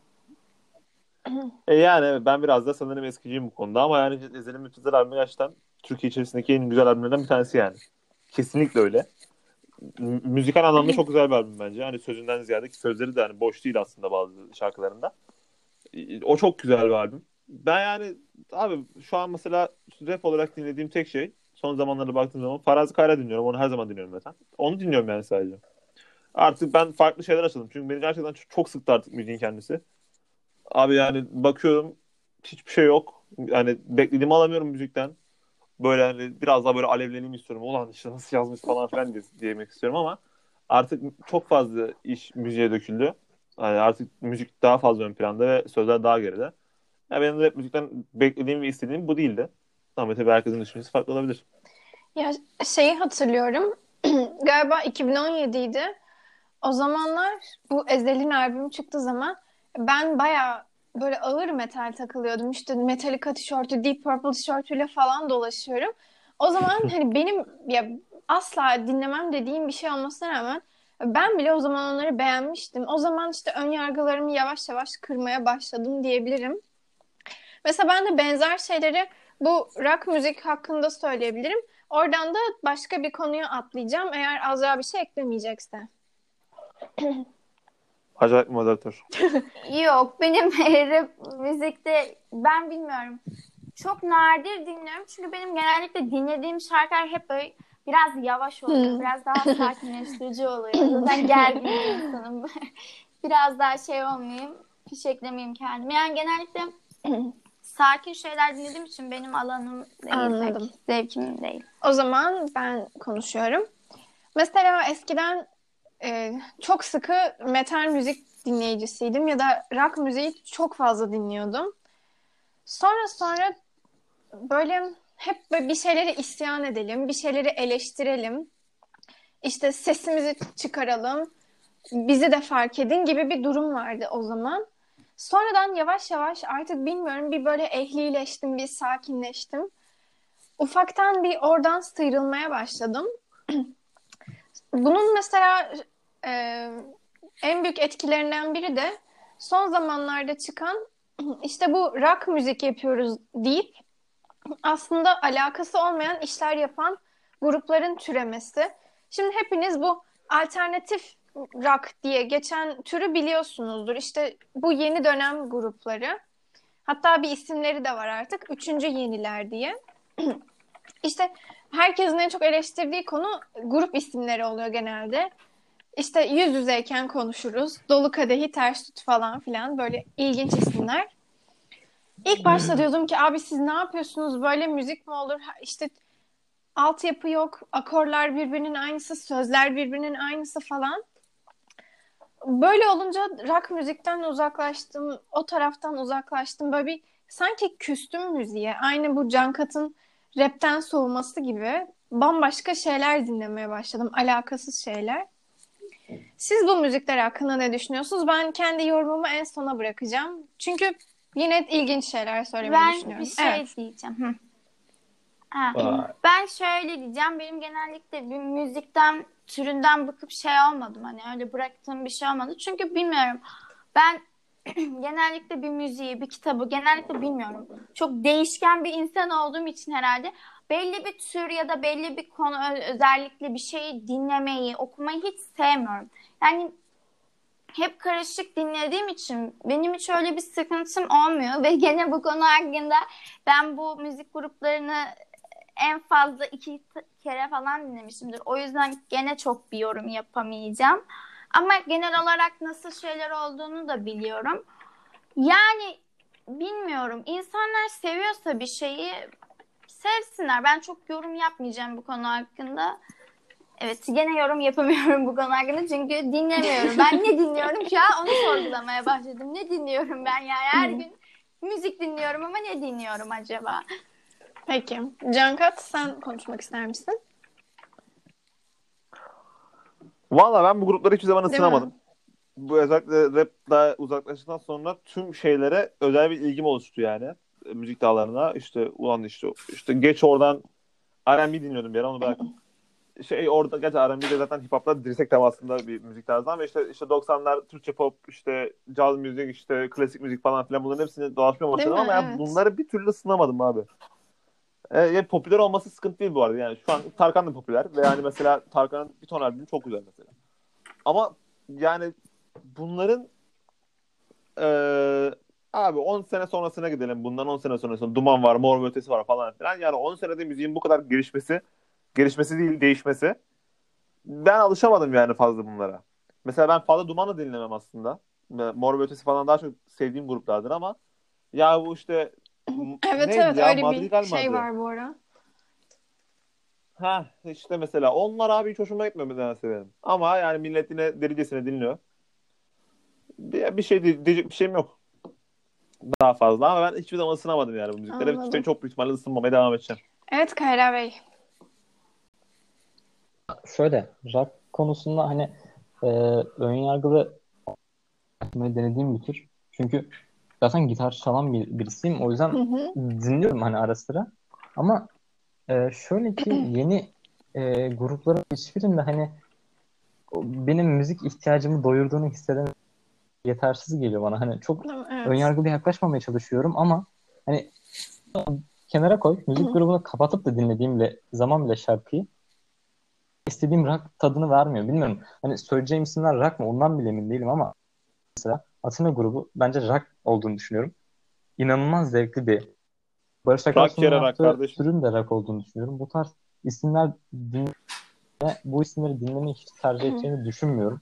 E yani evet, ben biraz da sanırım eskiciyim bu konuda ama yani Ezel'in Müptezel albümü gerçekten Türkiye içerisindeki en güzel albümlerden bir tanesi yani. Kesinlikle öyle. M- müzikal anlamda çok güzel bir albüm bence. Hani sözünden ziyade, ki sözleri de hani boş değil aslında bazı şarkılarında. E, O çok güzel bir albüm. Ben yani abi şu an mesela rap olarak dinlediğim tek şey, son zamanlarda baktığım zaman Farazi Kayra dinliyorum. Onu her zaman dinliyorum zaten. Onu dinliyorum yani sadece. Artık ben farklı şeyler açalım. Çünkü beni gerçekten çok, çok sıktı artık müziğin kendisi. Abi yani bakıyorum hiçbir şey yok. Yani beklediğimi alamıyorum müzikten. Böyle hani biraz daha böyle alevleneyim istiyorum. Ulan işte nasıl yazmış falan filan diye, diyemek istiyorum ama artık çok fazla iş müziğe döküldü. Yani artık müzik daha fazla ön planda ve sözler daha geride. Ya benim rap müzikten beklediğim ve istediğim bu değildi. Ama tabii herkesin düşüncesi farklı olabilir. Ya şeyi hatırlıyorum. Galiba iki bin on yediydi. O zamanlar bu Ezhel'in albümü çıktığı zaman ben bayağı böyle ağır metal takılıyordum. İşte Metallica tişörtü, Deep Purple tişörtüyle falan dolaşıyorum. O zaman hani benim ya asla dinlemem dediğim bir şey olmasına rağmen ben bile o zaman onları beğenmiştim. O zaman işte ön yargılarımı yavaş yavaş kırmaya başladım diyebilirim. Mesela ben de benzer şeyleri bu rock müzik hakkında söyleyebilirim. Oradan da başka bir konuya atlayacağım eğer Azra bir şey eklemeyecekse. Acayip moderatör. Yok, benim rap müzikte ben bilmiyorum. Çok nadir dinliyorum. Çünkü benim genellikle dinlediğim şarkılar hep böyle biraz yavaş oluyor. Hmm. Biraz daha sakinleştirici oluyor. Zaten gergin bir insanım. Biraz daha şey olmayayım, fişeklemeyeyim kendimi. Yani genellikle sakin şeyler dinlediğim için benim alanım değil, Anladım. pek zevkim değil. O zaman ben konuşuyorum. Mesela eskiden e, çok sıkı metal müzik dinleyicisiydim ya da rock müziği çok fazla dinliyordum. Sonra sonra böyle hep böyle bir şeyleri isyan edelim, bir şeyleri eleştirelim, işte sesimizi çıkaralım, bizi de fark edin gibi bir durum vardı o zaman. Sonradan yavaş yavaş artık bilmiyorum bir böyle ehlileştim, bir sakinleştim. Ufaktan bir oradan sıyrılmaya başladım. Bunun mesela e, en büyük etkilerinden biri de son zamanlarda çıkan işte bu rock müzik yapıyoruz deyip aslında alakası olmayan işler yapan grupların türemesi. Şimdi hepiniz bu alternatif rock diye geçen türü biliyorsunuzdur. İşte bu yeni dönem grupları. Hatta bir isimleri de var artık. Üçüncü yeniler diye. İşte herkesin en çok eleştirdiği konu grup isimleri oluyor genelde. İşte yüz yüzeyken konuşuruz. Dolu kadehi ters tut falan filan. Böyle ilginç isimler. İlk başta diyordum ki abi siz ne yapıyorsunuz? Böyle müzik mi olur? Ha, İşte altyapı yok. Akorlar birbirinin aynısı. Sözler birbirinin aynısı falan. Böyle olunca rock müzikten uzaklaştım. O taraftan uzaklaştım. Böyle bir sanki küstüm müziğe. Aynı bu Can Kat'ın rapten soğuması gibi bambaşka şeyler dinlemeye başladım. Alakasız şeyler. Siz bu müzikler hakkında ne düşünüyorsunuz? Ben kendi yorumumu en sona bırakacağım. Çünkü yine ilginç şeyler söylemeyi Ben düşünüyorum. bir şey Evet. diyeceğim. Hı. Ha. Vay. Ben şöyle diyeceğim. Benim genellikle bir müzikten türünden bıkıp şey olmadım. Hani öyle bıraktığım bir şey olmadı. Çünkü bilmiyorum. Ben genellikle bir müziği, bir kitabı genellikle bilmiyorum. Çok değişken bir insan olduğum için herhalde belli bir tür ya da belli bir konu özellikle bir şeyi dinlemeyi, okumayı hiç sevmiyorum. Yani hep karışık dinlediğim için benim hiç öyle bir sıkıntım olmuyor ve gene bu konu hakkında ben bu müzik gruplarını en fazla iki t- kere falan dinlemişimdir. O yüzden gene çok bir yorum yapamayacağım. Ama genel olarak nasıl şeyler olduğunu da biliyorum. Yani bilmiyorum. İnsanlar seviyorsa bir şeyi sevsinler. Ben çok yorum yapmayacağım bu konu hakkında. Evet, gene yorum yapamıyorum bu konu hakkında çünkü dinlemiyorum. Ben ne dinliyorum şu an onu sorgulamaya başladım. Ne dinliyorum ben yani her gün müzik dinliyorum ama ne dinliyorum acaba? Peki. Cankat, sen konuşmak ister misin? Valla ben bu grupları hiçbir zaman Değil ısınamadım. mi? Bu özellikle rap daha uzaklaştıktan sonra tüm şeylere özel bir ilgim oluştu yani. E, Müzik dallarına. İşte ulan işte işte geç oradan R and B dinliyordum bir ara onu bıraktım. Şey orada gerçi R and B'de zaten hip hop'la dirsek temasında bir müzik tarzı ama işte işte doksanlar Türkçe pop, işte caz müzik, işte klasik müzik falan filan bunların hepsini dolaşmaya Değil başladım mi? ama ya Evet. bunları bir türlü ısınamadım abi. E, ya popüler olması sıkıntı değil bu arada. Yani şu an Tarkan da popüler ve yani mesela Tarkan'ın bir ton albümü çok güzel mesela. Ama yani bunların eee, abi on sene sonrasına gidelim. Bundan on sene sonrasına Duman var, Mor ve Ötesi var falan filan. Yani on senede müziğin bu kadar gelişmesi, gelişmesi değil değişmesi. Ben alışamadım yani fazla bunlara. Mesela ben fazla Duman da dinlemem aslında. Mor ve Ötesi falan daha çok sevdiğim gruplardır ama ya bu işte m- Evet neydi evet ya? öyle bir Madrigal mi şey adı? var bu ara. Ha işte mesela onlar abi hiç hoşuma gitmiyor nedense benim. Ama yani millet yine delicesine dinliyor. Bir, bir şey diye- diyecek bir şeyim yok daha fazla ama ben hiçbir zaman ısınamadım yani bu müziklere. Ve Anladım. çok büyük ihtimalle ısınmamaya devam edeceğim. Evet Kayra Bey. Şöyle rock konusunda hani e, ön yargılı yapmayı denediğim bir tür. Çünkü zaten gitar çalan bir, birisiyim. O yüzden Hı hı. dinliyorum hani ara sıra. Ama e, şöyle ki yeni e, grupların hiçbirinde hani o benim müzik ihtiyacımı doyurduğunu hissedemem. Yetersiz geliyor bana. Hani çok Evet. önyargılı yaklaşmamaya çalışıyorum ama hani kenara koy. Müzik grubunu kapatıp da dinlediğimle zaman bile şarkıyı istediğim rock tadını vermiyor. Bilmiyorum. Hani söyleyeceğim isimler rock mı? Ondan bile emin değilim ama mesela Athena grubu bence rock olduğunu düşünüyorum. İnanılmaz zevkli bir. Barış Rock Akarsu'nun yere rock yaptığı kardeşim. türün de rock olduğunu düşünüyorum. Bu tarz isimler dinle, bu isimleri dinlemeyi hiç tercih edeceğini düşünmüyorum.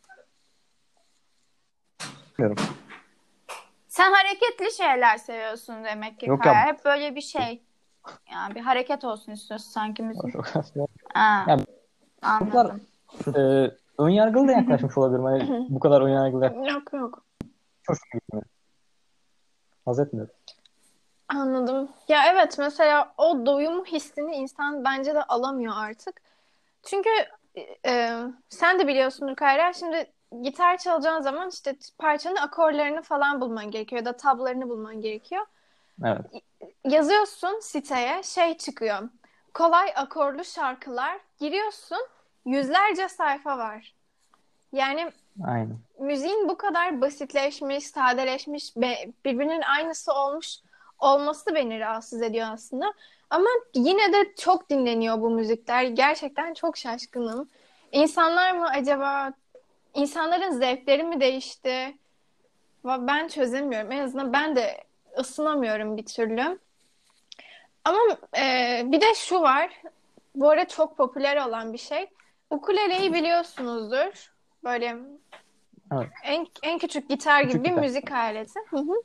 Bilmiyorum. Sen hareketli şeyler seviyorsun demek ki Yok ya. Kaya. Hep böyle bir şey. Yani bir hareket olsun istiyorsun sanki müzik. Çok, Aa, ya gruplar anladım. e, ön yargılı da yaklaşmış olabilirim. Hani bu kadar ön yargılı yaklaşmış. Yok yok. Hoşuma gitmiyor. Haz etmiyorum. Anladım. Ya evet mesela o doyum hissini insan bence de alamıyor artık. Çünkü e, sen de biliyorsundur Kayra, şimdi gitar çalacağın zaman işte parçanın akorlarını falan bulman gerekiyor ya da tablarını bulman gerekiyor. Evet. Yazıyorsun siteye, şey çıkıyor. Kolay akorlu şarkılar. Giriyorsun, yüzlerce sayfa var. Yani Aynen. müziğin bu kadar basitleşmiş, sadeleşmiş, be- birbirinin aynısı olmuş olması beni rahatsız ediyor aslında. Ama yine de çok dinleniyor bu müzikler. Gerçekten çok şaşkınım. İnsanlar mı acaba, insanların zevkleri mi değişti? Va- Ben çözemiyorum. En azından ben de ısınamıyorum bir türlü. Ama e, bir de şu var. Bu ara çok popüler olan bir şey. Ukuleleyi biliyorsunuzdur. Böyle Evet. en, en küçük gitar gibi Küçük bir gitar. müzik aleti. Hı hı.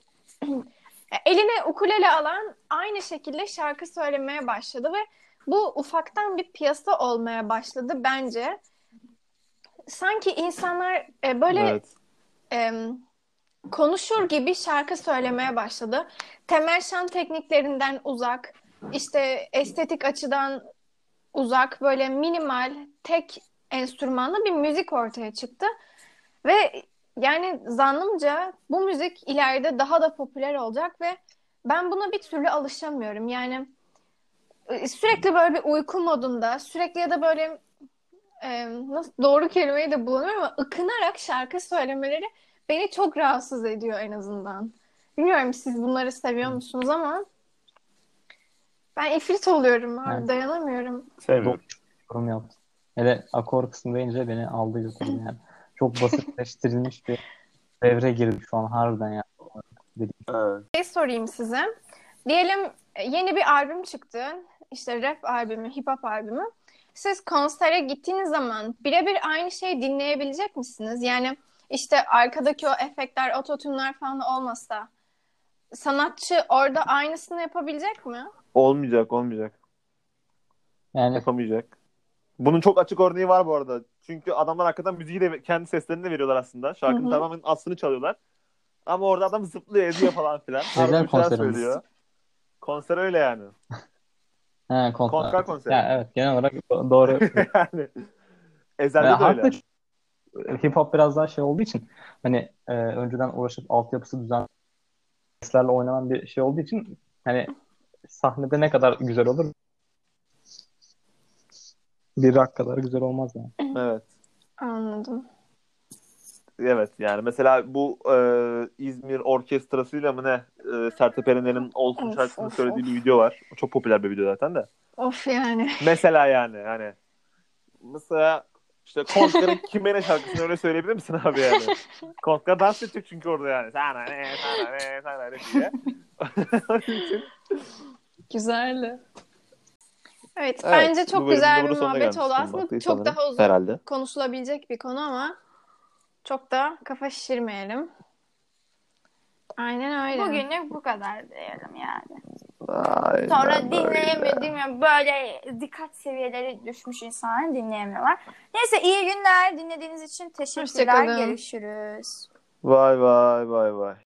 Eline ukulele alan aynı şekilde şarkı söylemeye başladı ve bu ufaktan bir piyasa olmaya başladı bence. Sanki insanlar e, böyle Evet. e, konuşur gibi şarkı söylemeye başladı. Temel şan tekniklerinden uzak, işte estetik açıdan uzak, böyle minimal, tek enstrümanlı bir müzik ortaya çıktı. Ve yani zannımca bu müzik ileride daha da popüler olacak ve ben buna bir türlü alışamıyorum. Yani e, sürekli böyle bir uyku modunda, sürekli ya da böyle e, nasıl doğru kelimeyi de bulamıyorum ama ıkınarak şarkı söylemeleri beni çok rahatsız ediyor en azından. Bilmiyorum siz bunları seviyor musunuz ama ben ifrit oluyorum abi, Yani dayanamıyorum. doğru Sevmiyorum. yorum yaptım. Hele akor kısmı deyince beni aldı götürdü yani. Çok basitleştirilmiş bir devre girdi şu an harbiden ya. Dediğim. Evet. Şey sorayım size. Diyelim e, yeni bir albüm çıktı. işte rap albümü, hip hop albümü. Siz konsere gittiğiniz zaman birebir aynı şeyi dinleyebilecek misiniz? Yani işte arkadaki o efektler, ototune'lar falan olmasa sanatçı orada aynısını yapabilecek mi? Olmayacak, olmayacak. Yani Yapamayacak. Bunun çok açık örneği var bu arada. Çünkü adamlar arkadan müziği de kendi seslerini de veriyorlar aslında. Şarkının Hı hı. tamamen aslını çalıyorlar. Ama orada adam zıplıyor, ediyor falan filan. Neden Arada bir şeyler konserimiz? söylüyor. Konser öyle yani. he, konser. Konser konseri. Ya evet, genel olarak do- doğru. Yani E, Ezel'de de haklı. öyle. Hip hop biraz daha şey olduğu için hani e, önceden uğraşıp altyapısı düzenli seslerle oynanan bir şey olduğu için hani sahnede ne kadar güzel olur, bir rock kadar güzel olmaz yani. Evet. Anladım. Evet yani mesela bu e, İzmir Orkestrası'yla mı ne e, Sertab Erener'in Olsun Of, şarkısını of, söylediği of. bir video var. O çok popüler bir video zaten de. Of yani. Mesela yani hani mesela işte Kontkar'ın Kime Ne şarkısını öyle söyleyebilir misin abi yani? Kontkar dans edecek çünkü orada yani. Sana ne, sana ne, sana ne diye. Onun için Güzeldi. Evet, Evet, bence bu çok bölümün de güzel bir burada sonuna muhabbet gelmiş oldu. Aslında bulunmaktayız çok sanırım. daha uzun Herhalde. konuşulabilecek bir konu ama çok da kafa şişirmeyelim. Aynen öyle. Bugünlük bu kadar diyelim yani. Aynen Sonra öyle. dinleyemediğim yani böyle dikkat seviyeleri düşmüş insanlar dinleyemiyorlar. Neyse iyi günler. Dinlediğiniz için teşekkürler. Hoşça kalın. Görüşürüz. Vay vay vay vay.